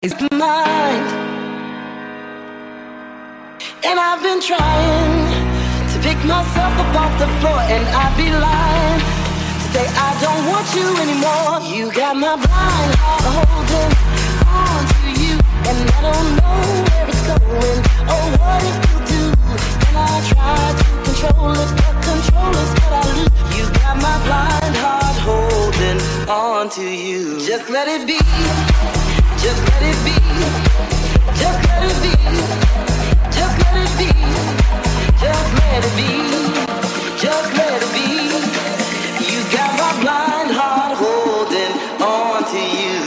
It's mine, and I've been trying to pick myself up off the floor, and I'd be lying to say I don't want you anymore. You got my blind heart holding on to you, and I don't know where it's going or what it will do. And I try to control it, but control is what I lose. You got my blind heart holding on to you. Just let it be. Just let it be, just let it be, just let it be, just let it be, just let it be. You got my blind heart holding on to you.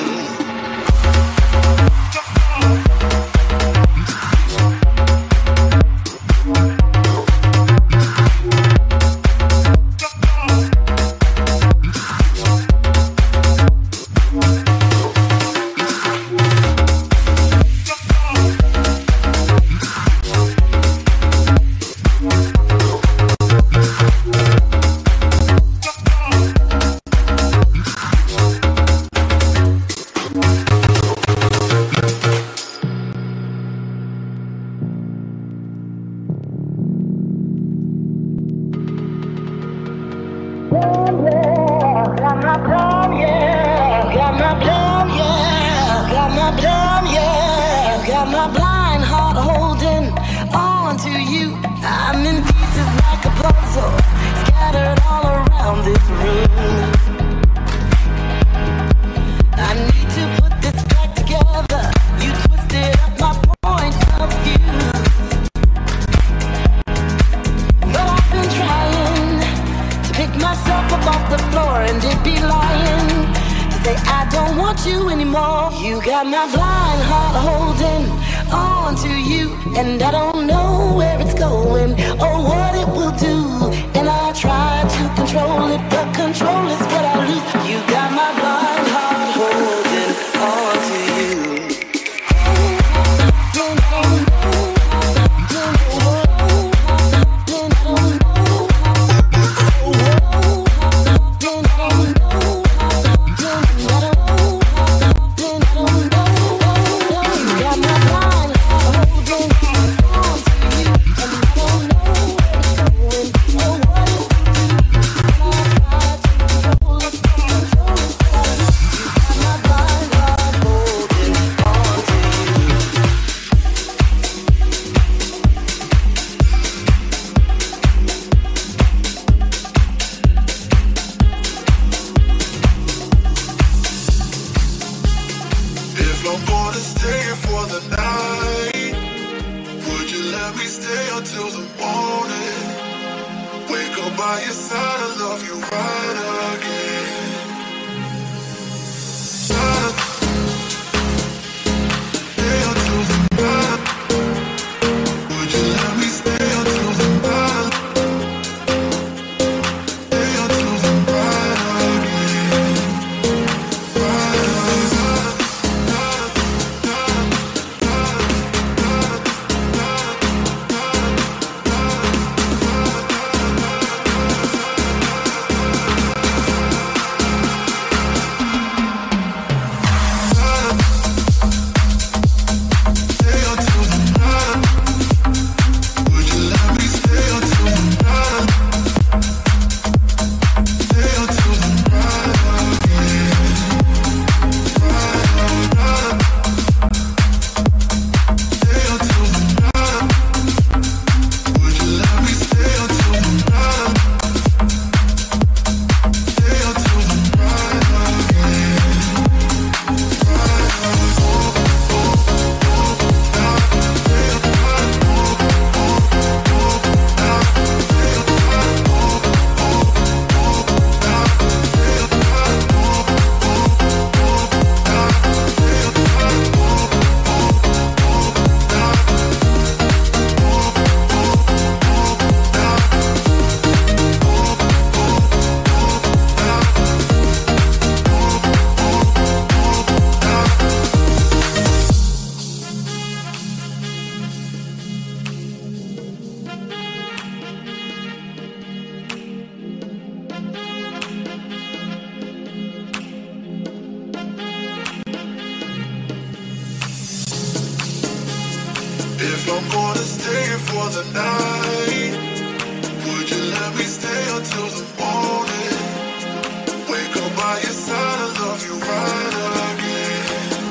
If I'm gonna stay for the night, would you let me stay until the morning? Wake up by your side and love you right again.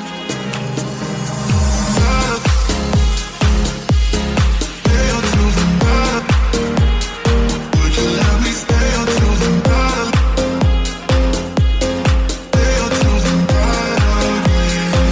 Stay until the night. Would you let me stay until the night? Stay until the night again.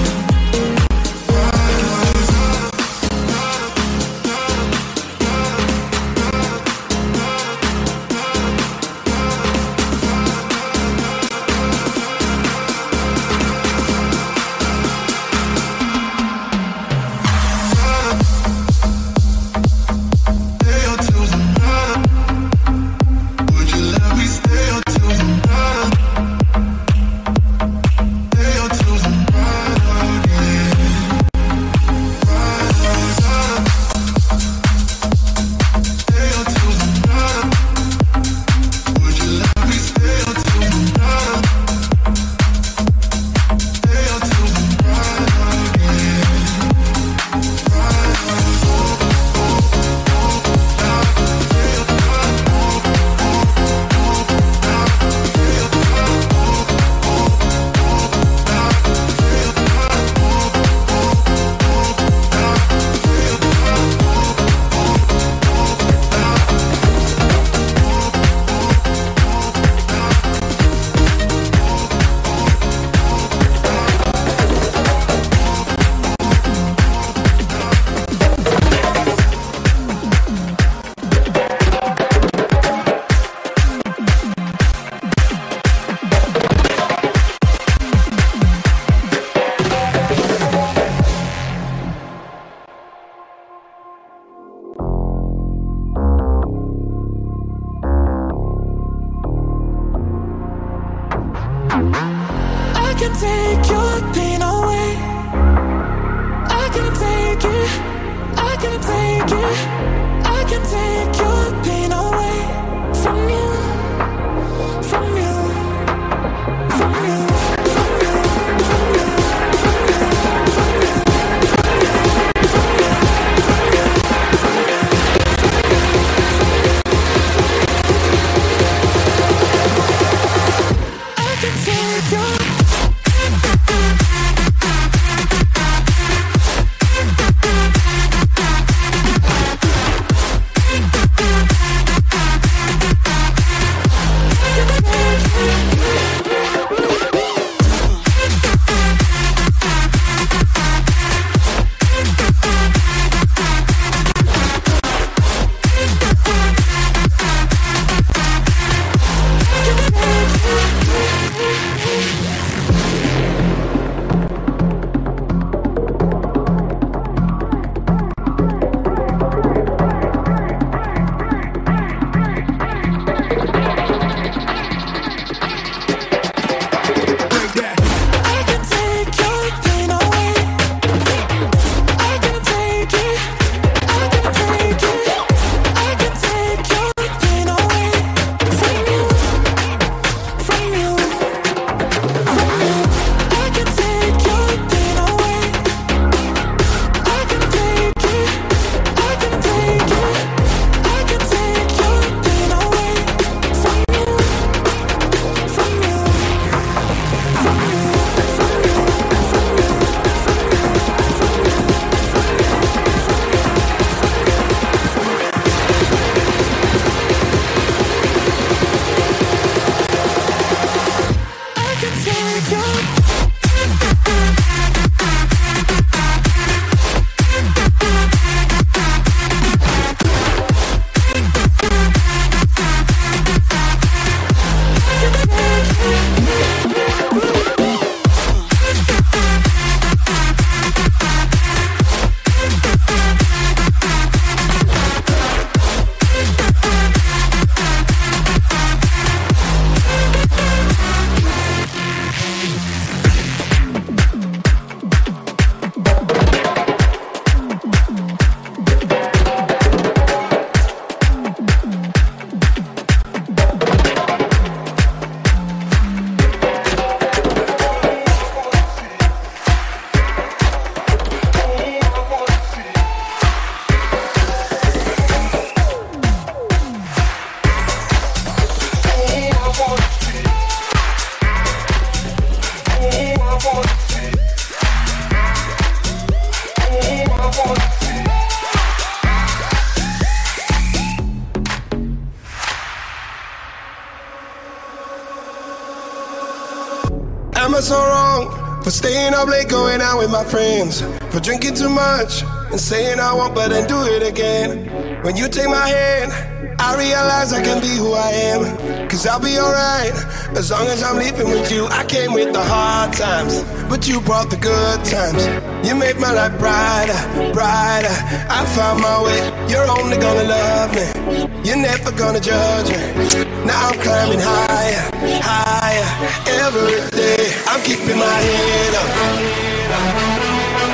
For staying up late, going out with my friends, for drinking too much and saying I won't, but then do it again. When you take my hand, I realize I can be who I am. Cause I'll be alright, as long as I'm leaving with you. I came with the hard times, but you brought the good times. You made my life brighter, brighter. I found my way, you're only gonna love me. You're never gonna judge me. Now I'm climbing higher, higher. Every day I'm keeping my head up.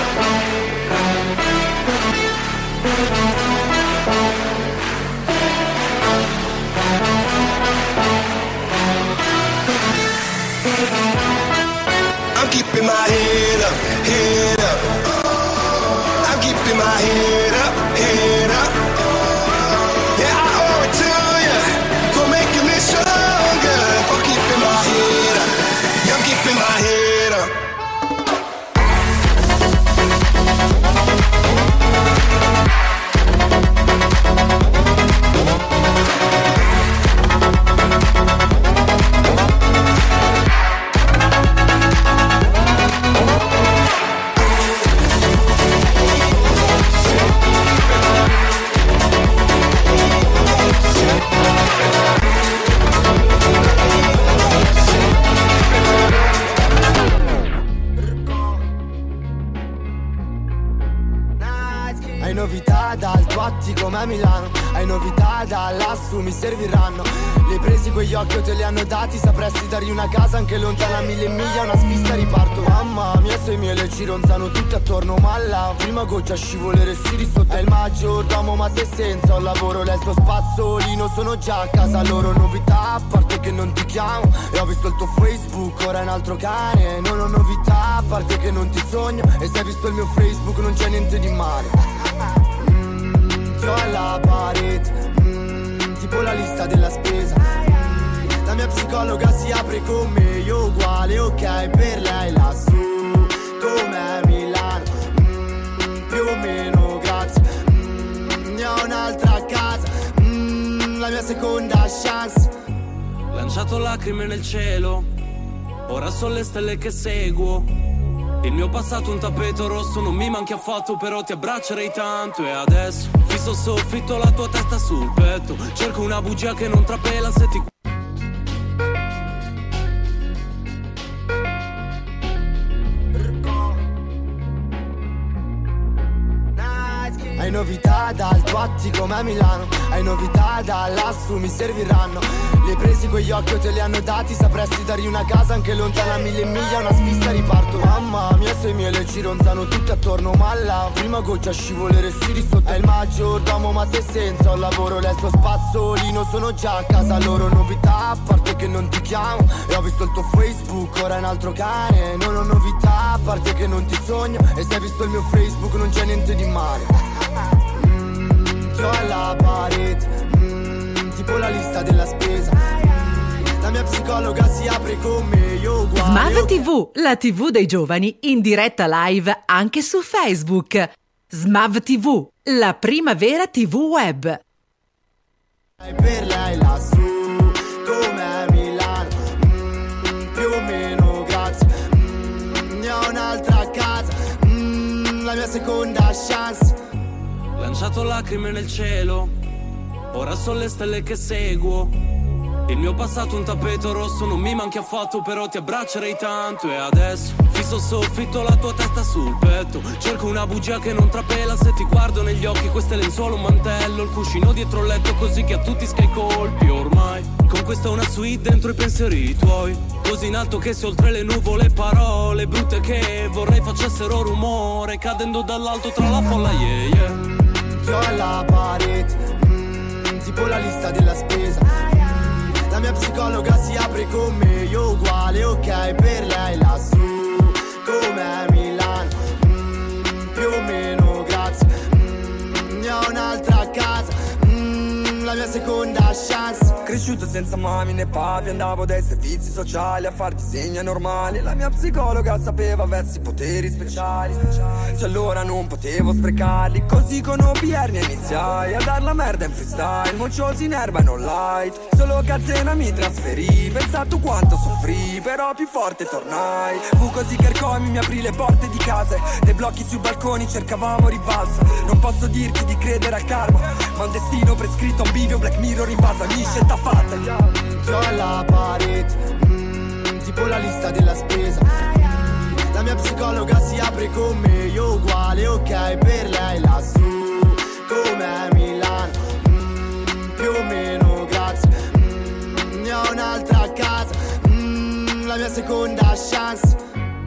I'm keeping my head up, head up. I'm keeping my head up, head up. Yeah, I owe it to you for making me stronger, for keeping my head up. Yeah, I'm keeping my head up. Hai novità dal Tuatti come a Milano, hai novità da lassù, mi serviranno. Li hai presi quegli occhi o te li hanno dati, sapresti dargli una casa anche lontana 1000 miglia, una spista riparto. Mamma mia, se miele ci ronzano tutti attorno, ma la prima goccia scivolere si risotto. È il maggiordomo ma se senza un lavoro, lei sto spazzolino, sono già a casa loro. Novità, a parte che non ti chiamo e ho visto il tuo Facebook, ora è un altro cane. Non ho novità, a parte che non ti sogno e se hai visto il mio Facebook non c'è niente di male. Io alla parete, tipo la lista della spesa. La mia psicologa si apre con me, io uguale, ok, per lei lassù, com'è Milano, più o meno grazie. Ne ho un'altra casa, la mia seconda chance. Lanciato lacrime nel cielo, ora sono le stelle che seguo. Il mio passato un tappeto rosso, non mi manchi affatto, però ti abbraccerei tanto. E adesso fisso soffitto la tua testa sul petto, cerco una bugia che non trapela se ti... Hai novità dal Tuatti come a Milano, hai novità da lassù, mi serviranno. Li hai presi quegli occhi o te li hanno dati, sapresti dargli una casa anche lontana 1000 miglia, una spista riparto. Mamma mia, se miele ci ronzano tutti attorno, ma la prima goccia scivolere si risotto. È il maggiordomo ma se senza un lavoro, lei sto spazzolino, sono già a casa loro. Novità, a parte che non ti chiamo e ho visto il tuo Facebook, ora è un altro cane. Non ho novità, a parte che non ti sogno e se hai visto il mio Facebook non c'è niente di male. Io alla parete, tipo la lista della spesa. La mia psicologa si apre con me, io uguale. Smav TV, la TV dei giovani, in diretta live anche su Facebook. Smav TV, la prima vera TV web. Per lei lassù, com'è Milano, più o meno grazie. Ne ho un'altra casa, la mia seconda chance. Lanciato lacrime nel cielo, ora sono le stelle che seguo. Il mio passato un tappeto rosso, non mi manchi affatto, però ti abbraccerei tanto. E adesso fisso soffitto la tua testa sul petto, cerco una bugia che non trapela se ti guardo negli occhi. Queste lenzuola, un mantello, il cuscino dietro il letto, così che a tutti scai colpi ormai. Con questa una suite dentro i pensieri tuoi, così in alto che se oltre le nuvole parole brutte che vorrei facessero rumore, cadendo dall'alto tra la folla, yeah yeah. Io alla parete, tipo la lista della spesa. La mia psicologa si apre con me, io uguale, ok, per lei lassù, com'è Milano, più o meno grazie. Ne ho un'altra casa, la mia seconda chance. Cresciuto senza mami né papi, andavo dai servizi sociali a far disegni normali. La mia psicologa sapeva avessi poteri speciali, se allora non potevo sprecarli. Così con OBR ne iniziai a dar la merda in freestyle, mocciosi in erba e non light. Solo Cazzena mi trasferì, pensa tu quanto soffrì, però più forte tornai. Fu così che Ercomi mi aprì le porte di case, dei blocchi sui balconi cercavamo rivalsa. Non posso dirti di credere al karma, ma un destino prescritto, un bivio Black Mirror in base a ogni scelta fatta. Io alla parete, tipo la lista della spesa. La mia psicologa si apre con me, io uguale, ok, per lei lassù, come Milano, più o meno grazie. Ne ho un'altra a casa, la mia seconda chance.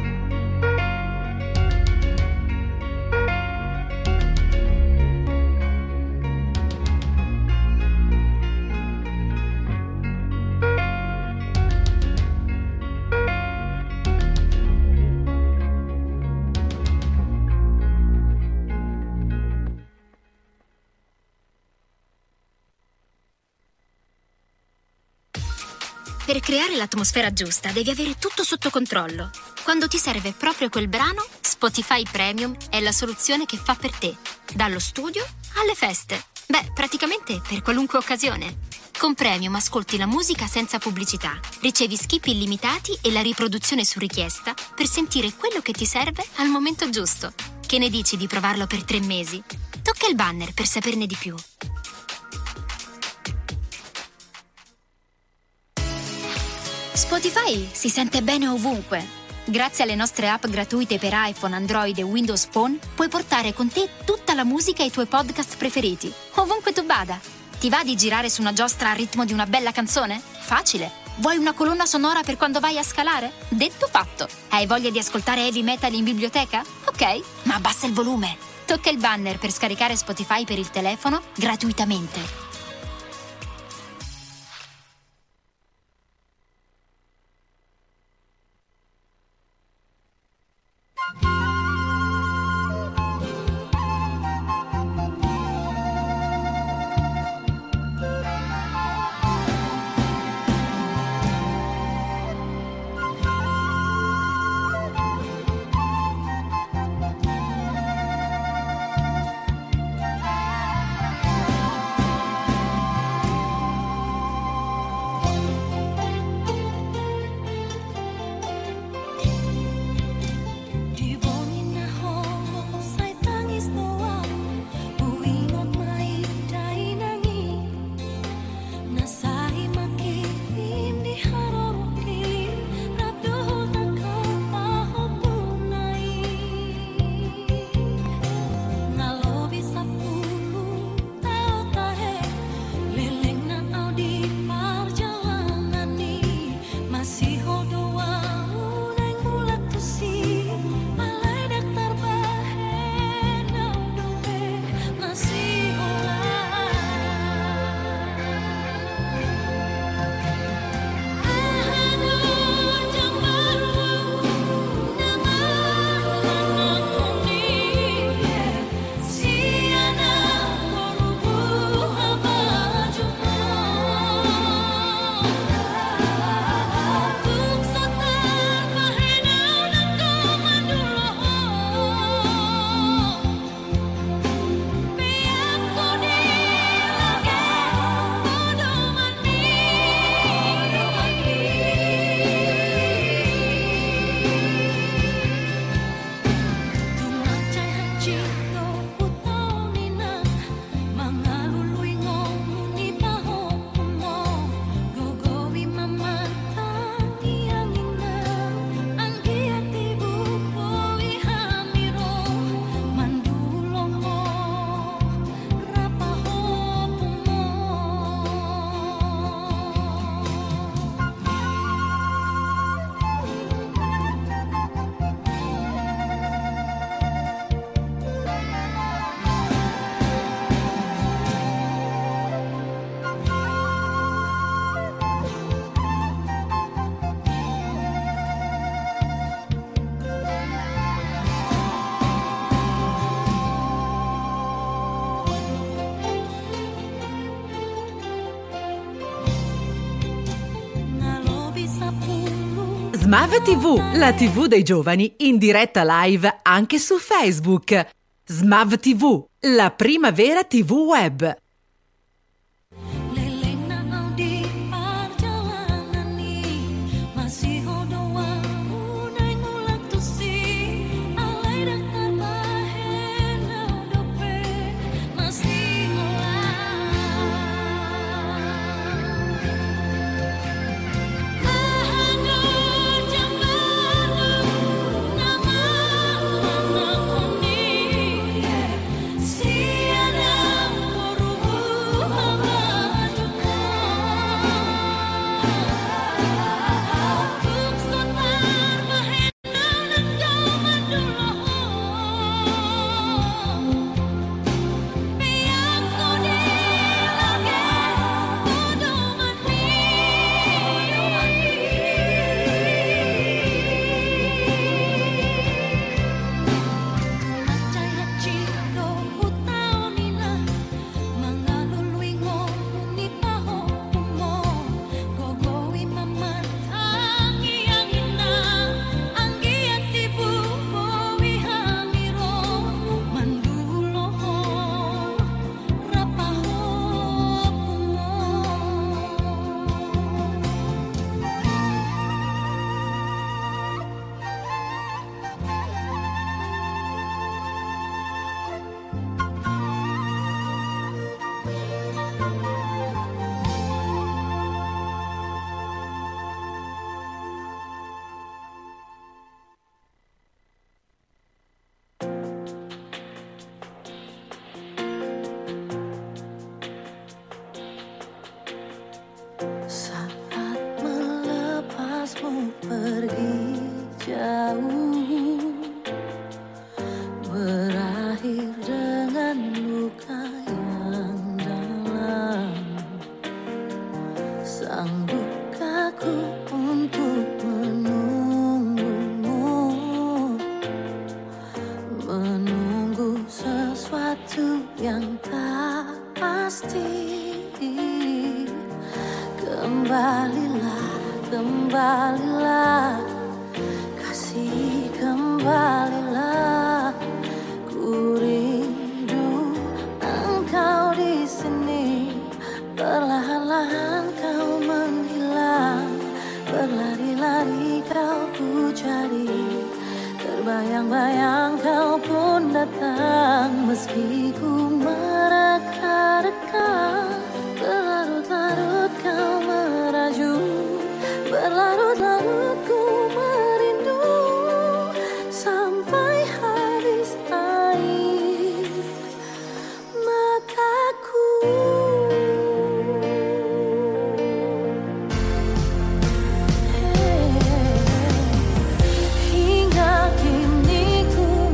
Per creare l'atmosfera giusta devi avere tutto sotto controllo. Quando ti serve proprio quel brano, Spotify Premium è la soluzione che fa per te. Dallo studio alle feste. Beh, praticamente per qualunque occasione. Con Premium ascolti la musica senza pubblicità, ricevi skip illimitati e la riproduzione su richiesta per sentire quello che ti serve al momento giusto. Che ne dici di provarlo per 3 mesi? Tocca il banner per saperne di più. Spotify si sente bene ovunque. Grazie alle nostre app gratuite per iPhone, Android e Windows Phone, puoi portare con te tutta la musica e i tuoi podcast preferiti, ovunque tu vada. Ti va di girare su una giostra al ritmo di una bella canzone? Facile. Vuoi una colonna sonora per quando vai a scalare? Detto fatto. Hai voglia di ascoltare heavy metal in biblioteca? Ok, ma abbassa il volume. Tocca il banner per scaricare Spotify per il telefono gratuitamente. Smav TV, la TV dei giovani in diretta live anche su Facebook. Smav TV, la prima vera TV web.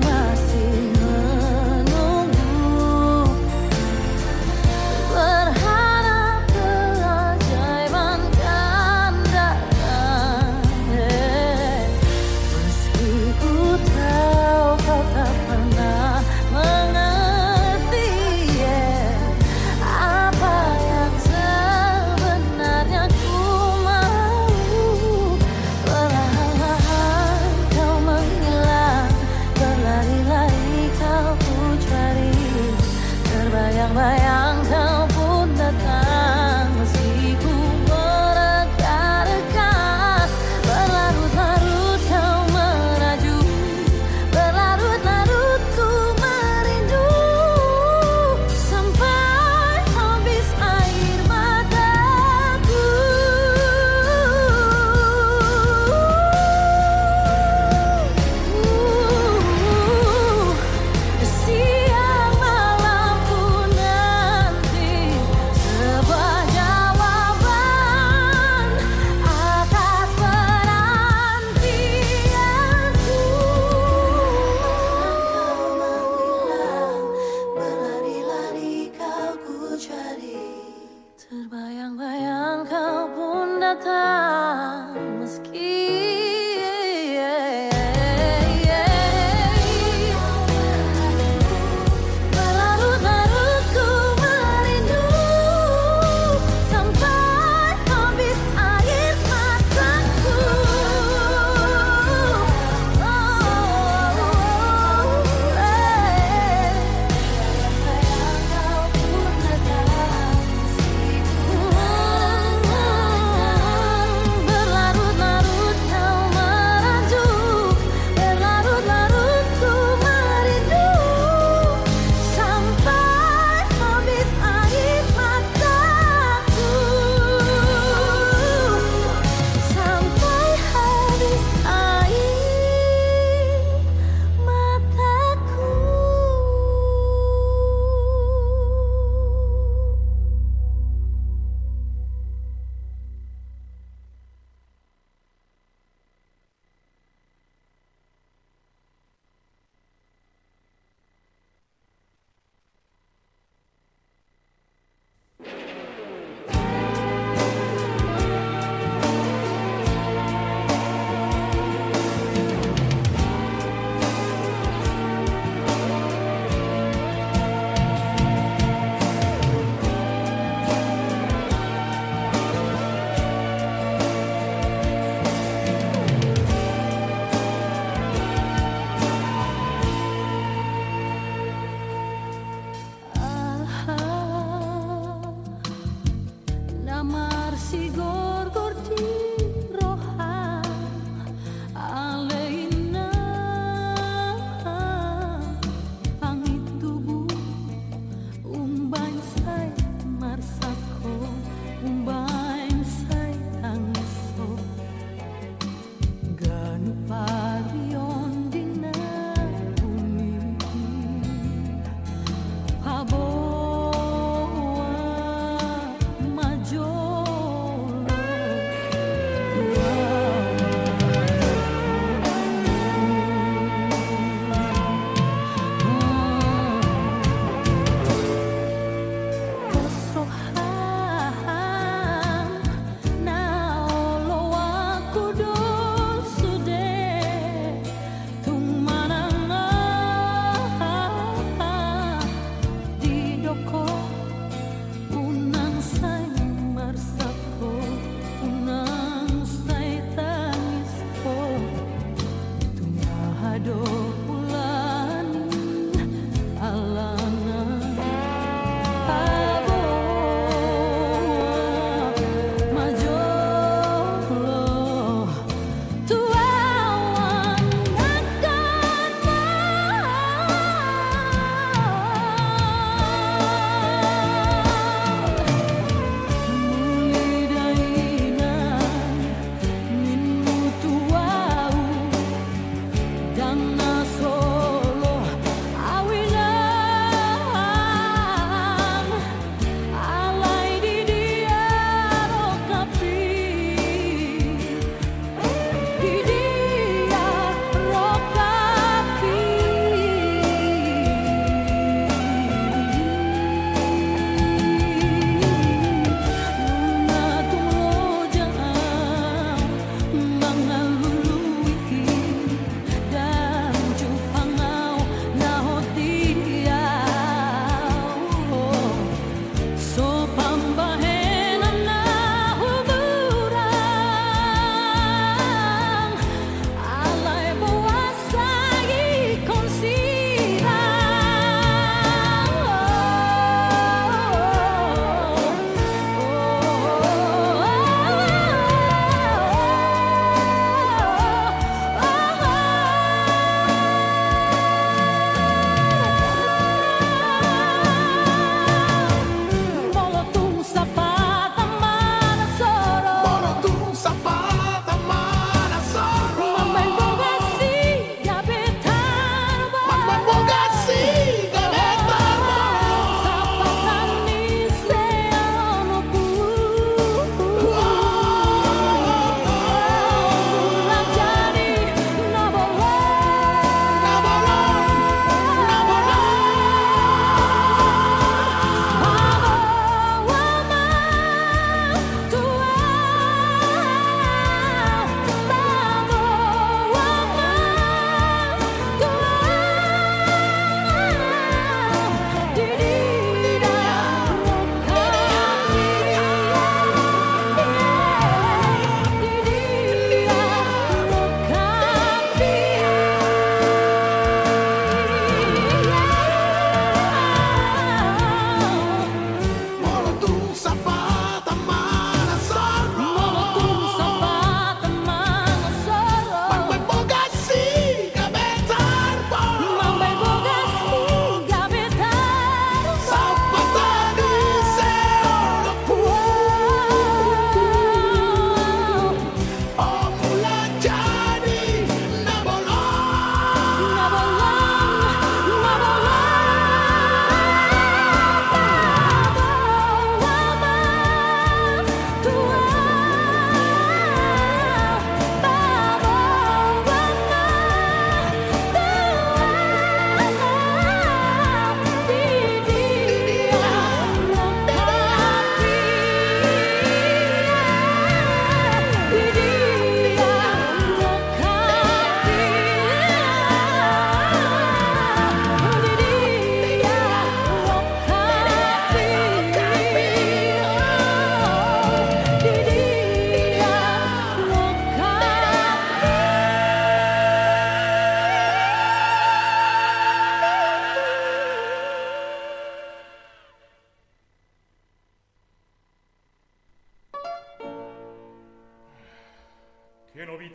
Berharap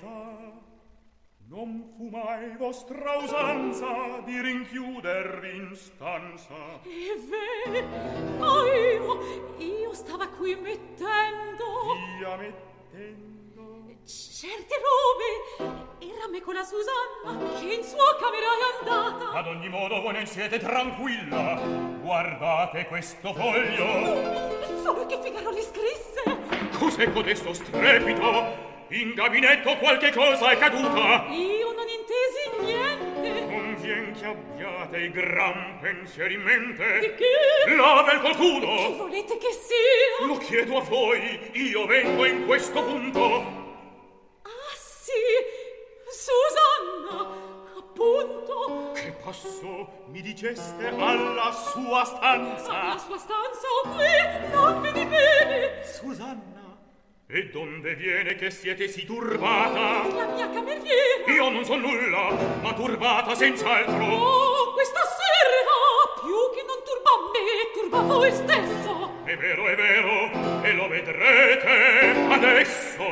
verità, non fu mai vostra usanza di rinchiudervi in stanza. È vero, io stava qui mettendo. Via mettendo certe robe. Era me con la Susanna che in sua camera è andata. Ad ogni modo voi ne siete tranquilla. Guardate questo foglio. Solo che Figaro gli scrisse. Cos'è codesto strepito? In gabinetto qualche cosa è caduta. Io non intesi niente. Convien che abbiate i gran pensieri in mente. Di che? L'avel qualcuno. Chi volete che sia? Lo chiedo a voi, io vengo in questo punto. Ah sì, Susanna, appunto. Che passò, mi diceste, alla sua stanza? Alla sua stanza o qui? Non vedi bene. Susanna, e donde viene che siete sì turbata? La mia cameriera. Io non so nulla, ma turbata senz'altro. Oh, questa serva, più che non turba me, turba voi stesso. È vero, e lo vedrete adesso.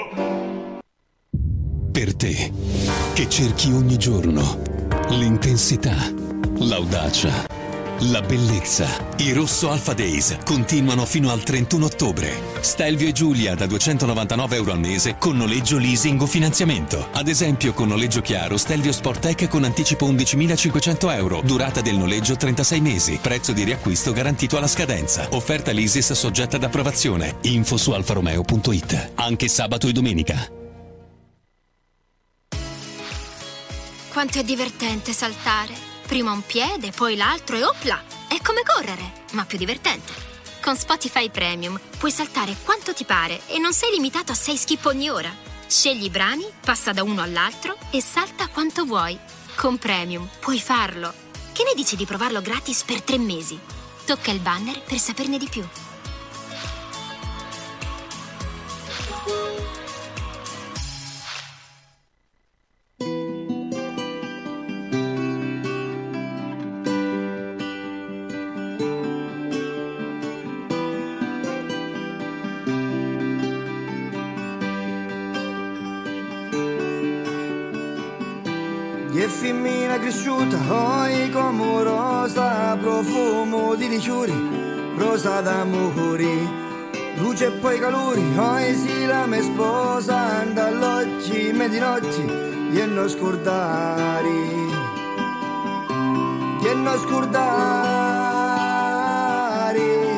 Per te, che cerchi ogni giorno l'intensità, l'audacia, la bellezza. I Rosso Alpha Days continuano fino al 31 ottobre. Stelvio e Giulia da €299 al mese con noleggio, leasing o finanziamento. Ad esempio con noleggio chiaro Stelvio Sportec con anticipo €11.500. Durata del noleggio 36 mesi. Prezzo di riacquisto garantito alla scadenza. Offerta l'ISIS soggetta ad approvazione. Info su alfaromeo.it. Anche sabato e domenica. Quanto è divertente saltare. Prima un piede, poi l'altro e opla! È come correre, ma più divertente. Con Spotify Premium puoi saltare quanto ti pare e non sei limitato a 6 skip ogni ora. Scegli i brani, passa da uno all'altro e salta quanto vuoi. Con Premium puoi farlo. Che ne dici di provarlo gratis per 3 mesi? Tocca il banner per saperne di più. Che femmina cresciuta, oi come rosa, profumo di liquori, rosa d'amori, luce e poi calori, oi sì la mia sposa, anda all'occhi, me di notti, e non scordare, e non scordare,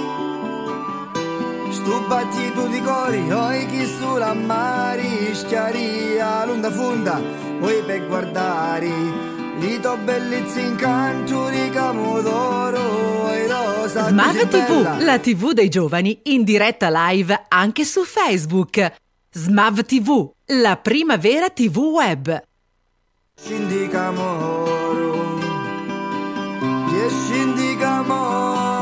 sto battito di cori, oi chi sulla mare, schiaria l'onda fonda, poi per guardare li to bellezze in canto di Camodoro e rosa. Smav TV, la TV dei giovani in diretta live anche su Facebook. Smav TV, la prima vera TV web. Scendi Camoro, e scendi Camoro.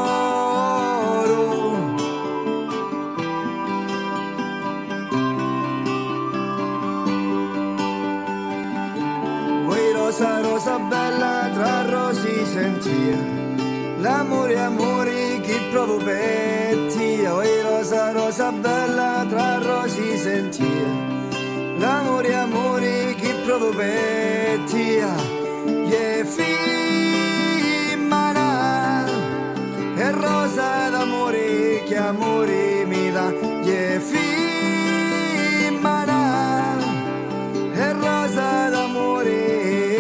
Rosa, rosa bella, tra rosi sentia l'amore, amore che provo per te. Oi rosa, rosa bella, tra rosi sentia l'amore, amore che provo per te. E femmina è rosa d'amore che amore mi dà. E femmina è rosa d'amore.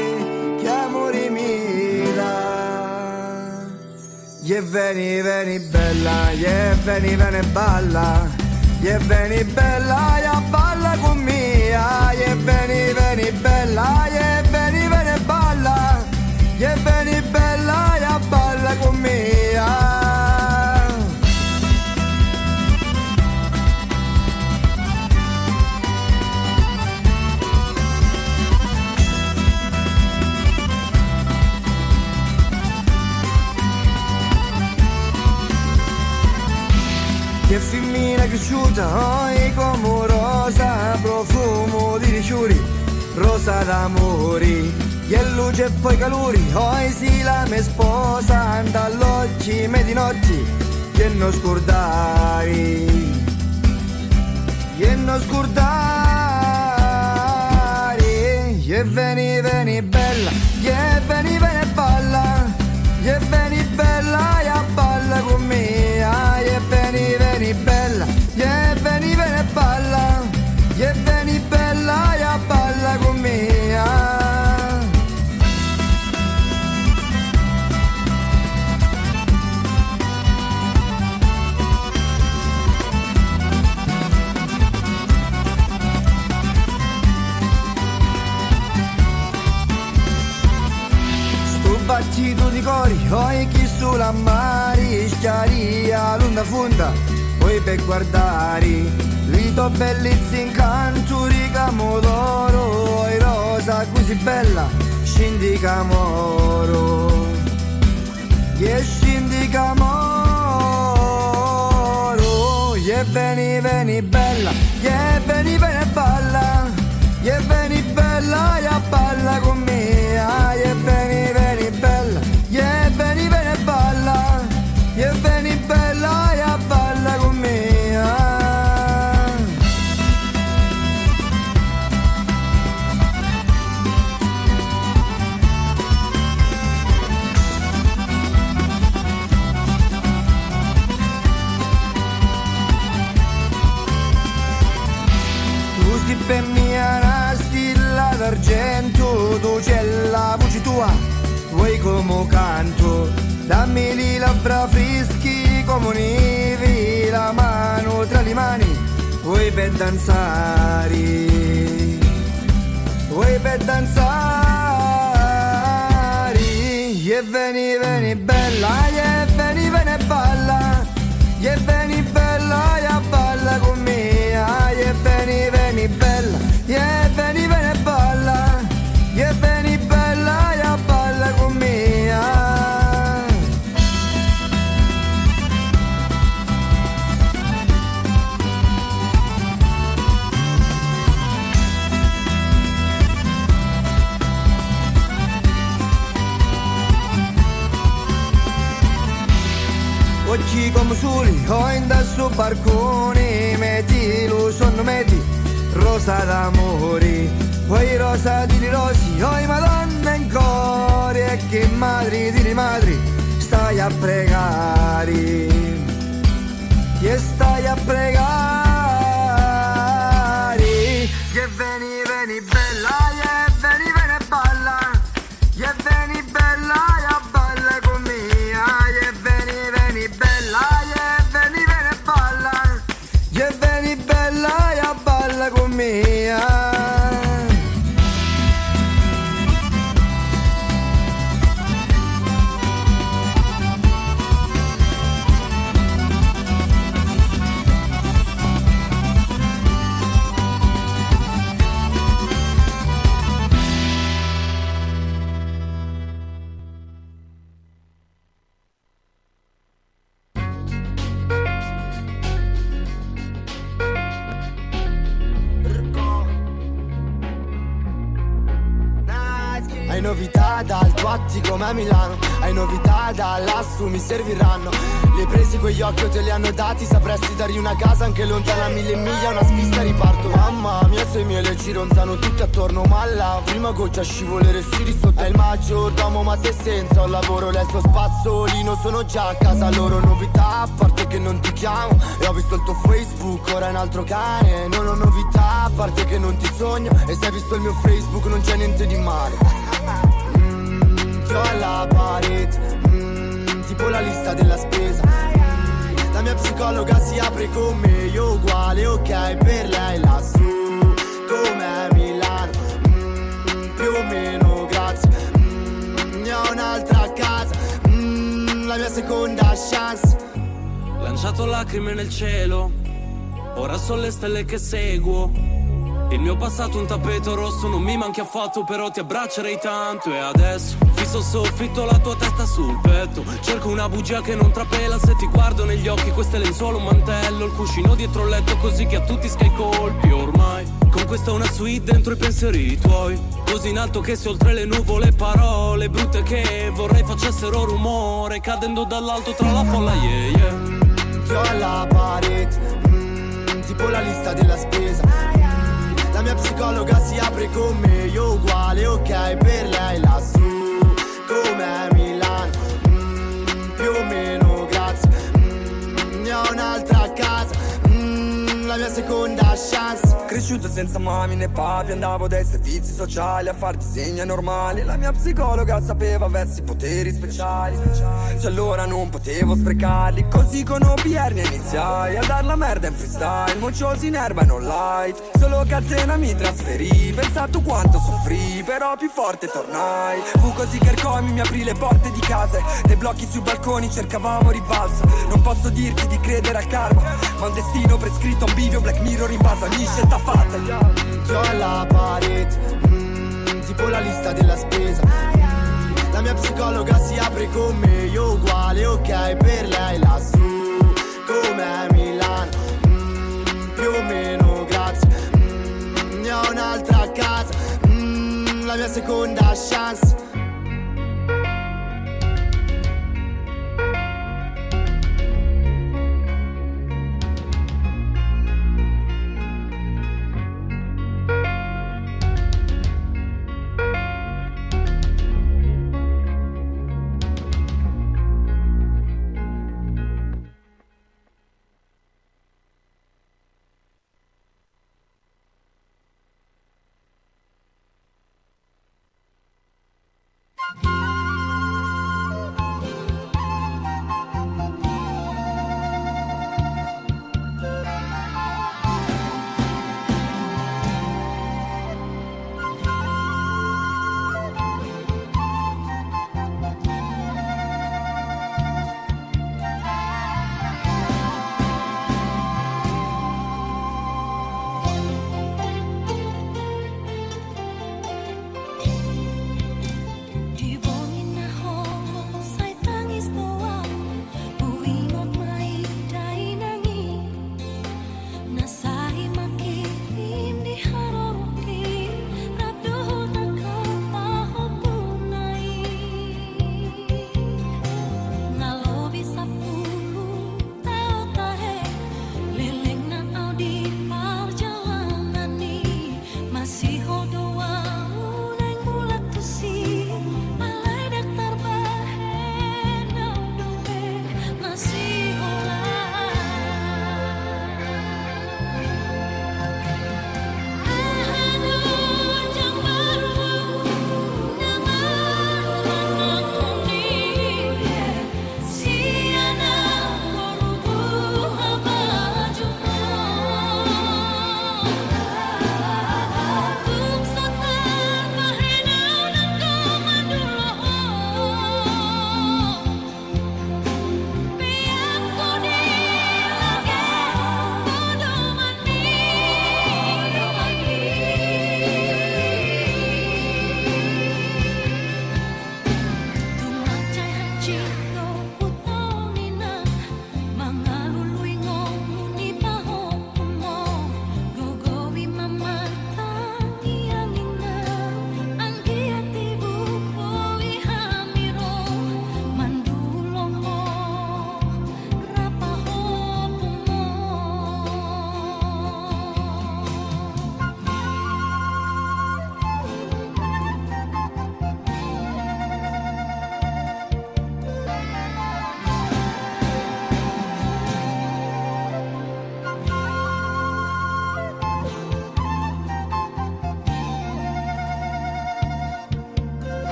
E veni, veni bella, e veni, veni balla, e veni bella, e balla con mia, e veni, veni bella, e veni, veni balla, e veni bella, e balla con mia. Che femmina cresciuta, oi come rosa, profumo di liquori, rosa d'amori, e luce e poi calori, oi sì la mia sposa, anda all'occhi, me di notti, e non scordare, e non scordare. Yeah, veni, veni bella, yeah, veni, veni balla, yeah, veni bella, yeah, balla con me, ah, yeah, veni, veni bella, yeah, veni, veni balla, yeah, veni bella, yeah, balla con me, ah. Battito di cori, oi chi sulla mare, schiaria, l'onda fonda, poi per guardare, lito bellizzi in canto, ricamo d'oro, oi rosa così bella, scindica moro, yeah, scindica moro, yeah, veni, veni bella, yeah, veni, veni balla, yeah, veni bella, yeah, balla con me, ah, yeah, veni, veni bella, yeah, veni, veni balla, yeah, veni bella, yeah, balla con me, ah. Tu si per mia una stilla d'argento, tu c'è la voce tua, vuoi come canto, dammi le labbra freschi come neve, la mano tra le mani, vuoi per danzare, vuoi per danzare, yeah, veni, veni bella, yeah, veni, veni balla, yeah, veni bella, yeah, balla con me, ah, yeah, veni, veni bella, yeah, veni, veni balla, yeah, veni bella, yeah, balla con me, ah. Occhi come soli, ho in da sul barcone, metti lo sonno, metti rosa d'amore, poi rosa di rosi, oi madonna in cuore, e che madri di madri stai a pregare, e stai a pregare, che veni, veni bella, yeah, veni, veni balla, yeah, veni bella, yeah, balla con me, ah, yeah, veni, veni bella, yeah, veni, veni balla, yeah, veni bella, yeah, balla con me, ah. Hai novità dal Tuatti come a Milano, hai novità da lassù mi serviranno. Le presi quegli occhi o te li hanno dati, sapresti dargli una casa anche lontana a 1000 miglia, una spista riparto. Mamma mia se i miei le ci ronzano tutti attorno, ma la prima goccia scivolere si risotto. È il maggiordomo ma se senza un lavoro, lei sto spazzolino, sono già a casa loro. Novità a parte che non ti chiamo e ho visto il tuo Facebook, ora è un altro cane. Non ho novità a parte che non ti sogno e se hai visto il mio Facebook non c'è niente di male. Ti ho alla parete, tipo la lista della spesa. La mia psicologa si apre con me, io uguale, ok, per lei lassù, come Milano, più o meno grazie. Ne ho un'altra casa, la mia seconda chance. Lanciato lacrime nel cielo, ora sono le stelle che seguo. Il mio passato un tappeto rosso, non mi manchi affatto, però ti abbraccerei tanto. E adesso fisso soffitto la tua testa sul petto, cerco una bugia che non trapela. Se ti guardo negli occhi, queste lenzuola, un mantello, il cuscino dietro il letto, così che a tutti scai colpi. Ormai con questa una suite dentro i pensieri tuoi, così in alto che se oltre le nuvole parole brutte che vorrei facessero rumore, cadendo dall'alto tra la folla, yeah, yeah. Ti ho alla parete, tipo la lista della spesa. La mia psicologa si apre con me, io uguale, ok, per lei lassù, com'è Milano, più o meno grazie, ne ho un'altra casa, la mia seconda chance. Cresciuto senza mami né papi, andavo dai servizi sociali a far disegni normali. La mia psicologa sapeva avessi poteri speciali, cioè allora non potevo sprecarli. Così con OBR iniziai a dar la merda in freestyle, mociosi in erba e non light. Solo Cazzena mi trasferì, pensa tu quanto soffrì, però più forte tornai. Fu così che Ercomi mi aprì le porte di case, dei blocchi sui balconi cercavamo rivalsa. Non posso dirti di credere al karma, ma un destino prescritto, un bivio Black Mirror in base a ogni scelta fatta. Io alla parete, tipo la lista della spesa, la mia psicologa si apre con me, io uguale, ok, per lei lassù, com'è Milano, più o meno grazie, ne ho un'altra casa, la mia seconda chance.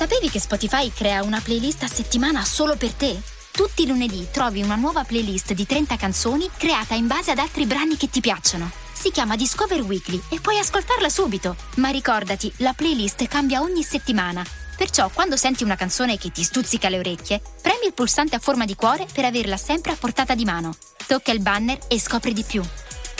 Sapevi che Spotify crea una playlist a settimana solo per te? Tutti i lunedì trovi una nuova playlist di 30 canzoni creata in base ad altri brani che ti piacciono. Si chiama Discover Weekly e puoi ascoltarla subito. Ma ricordati, la playlist cambia ogni settimana. Perciò, quando senti una canzone che ti stuzzica le orecchie, premi il pulsante a forma di cuore per averla sempre a portata di mano. Tocca il banner e scopri di più.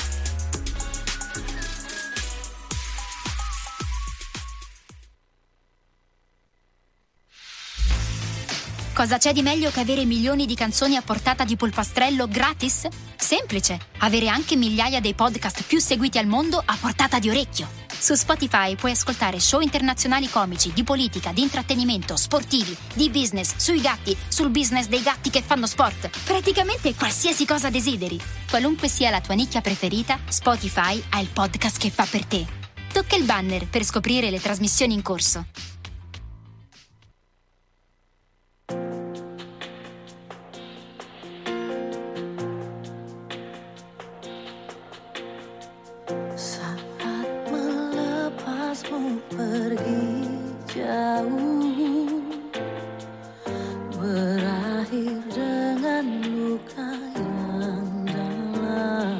Cosa c'è di meglio che avere milioni di canzoni a portata di polpastrello gratis? Semplice! Avere anche migliaia dei podcast più seguiti al mondo a portata di orecchio. Su Spotify puoi ascoltare show internazionali comici, di politica, di intrattenimento, sportivi, di business, sui gatti, sul business dei gatti che fanno sport. Praticamente qualsiasi cosa desideri. Qualunque sia la tua nicchia preferita, Spotify ha il podcast che fa per te. Tocca il banner per scoprire le trasmissioni in corso. Pergi jauh, berakhir dengan luka yang dalam.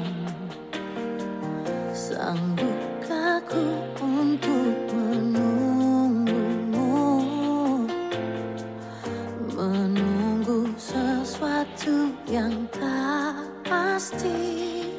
Sanggupkah ku untuk menunggumu, menunggu sesuatu yang tak pasti.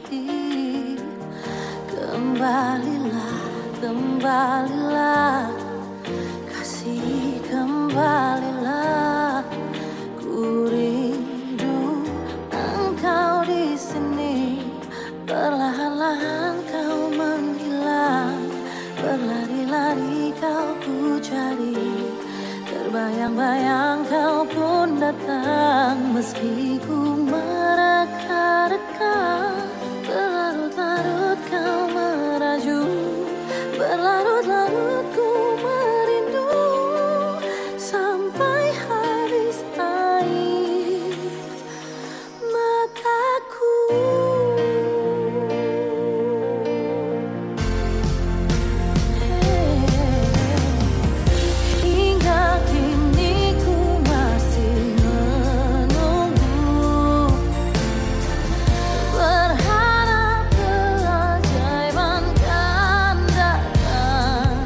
Kembalilah, kasih kembalilah. Ku rindu engkau di sini. Perlahan-lahan kau menghilang, berlari-lari kau ku cari. Terbayang-bayang kau pun datang, meski ku mereka-reka. Berlarut-larut kau meraju, berlarut-larut ku merindu, sampai habis air mataku. Hingga kini ku masih menunggu, berharap keajaiban kan datang.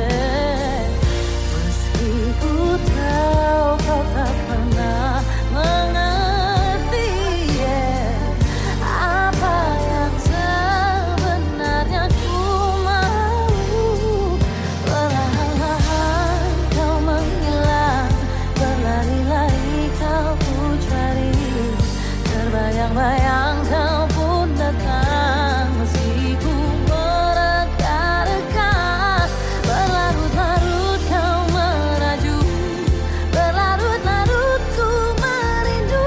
Meski ku tahu kau tak pernah mengerti apa yang sebenarnya ku mau. Perlahan-lahan kau menghilang, berlari-lari kau ku cari. Terbayang-bayang kau pun datang, meski ku mereka-reka. Berlarut-larut kau meraju, berlarut-larut ku merindu,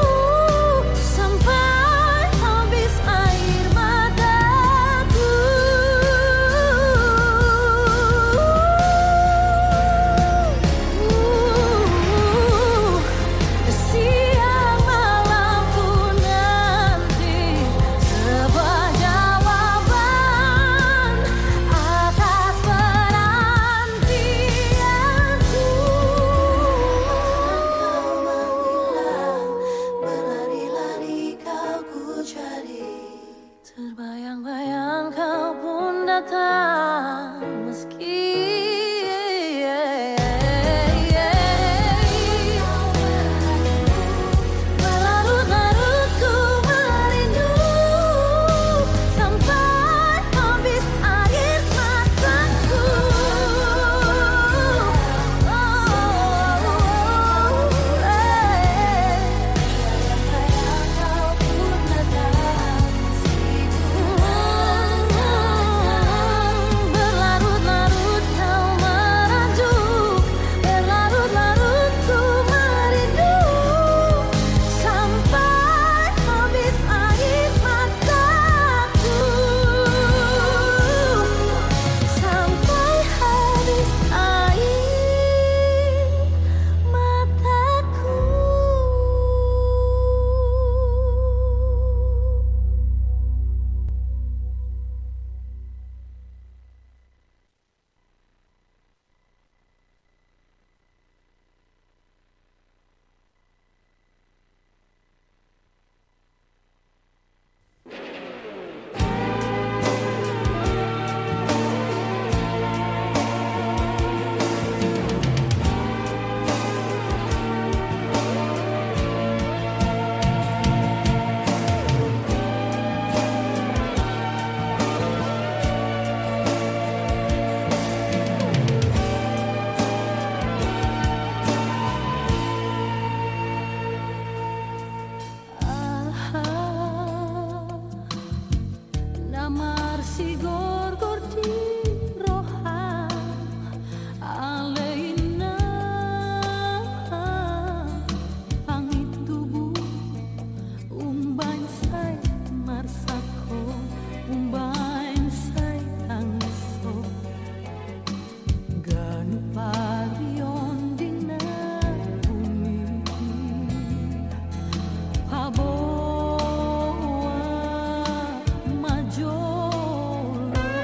sampai habis air mataku. Siang malam ku nanti sebuah jawaban atas penantianku. Berlari-lari kau ku cari, terbayang-bayang kau pun datang, meski berlarut-larut ku merindu, sampai habis air mataku. Kau pun datang, meski ku amarsi gorgorti roha aleina pangit tubuh umbain say marsako umbain say tangiso ganu parion dina bumi pabo Majolo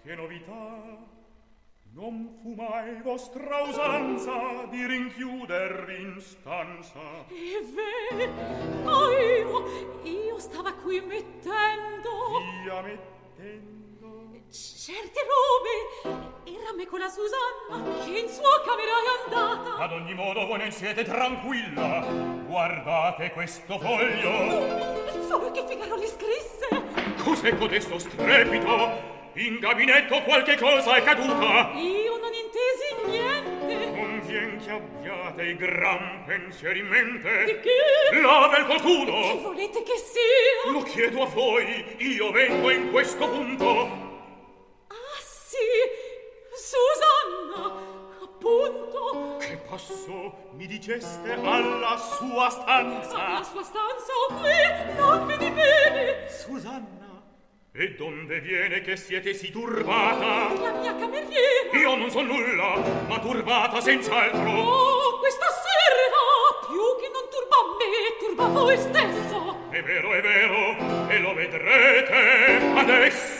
Che novità! Non fu mai vostra usanza di rinchiudervi in stanza. È vero, io stava qui mettendo. Via mettendo. Certe robe. Era me con la Susanna che in sua camera è andata. Ad ogni modo voi non siete tranquilla. Guardate questo foglio. Il foglio che Figaro le scrisse. Cos'è codesto strepito? In gabinetto qualche cosa è caduta. Io non intesi niente. Convien che abbiate i gran pensieri in mente. Di che? L'ave qualcuno. Che volete che sia? Lo chiedo a voi. Io vengo in questo punto. Ah sì, Susanna, appunto. Che passo mi diceste alla sua stanza? Alla sua stanza o qui? Non vedi bene. Susanna. E donde viene che siete sì turbata? La mia cameriera. Io non so nulla, ma turbata senz'altro. Oh, questa sera più che non turba me, turba voi stesso. È vero, e lo vedrete adesso.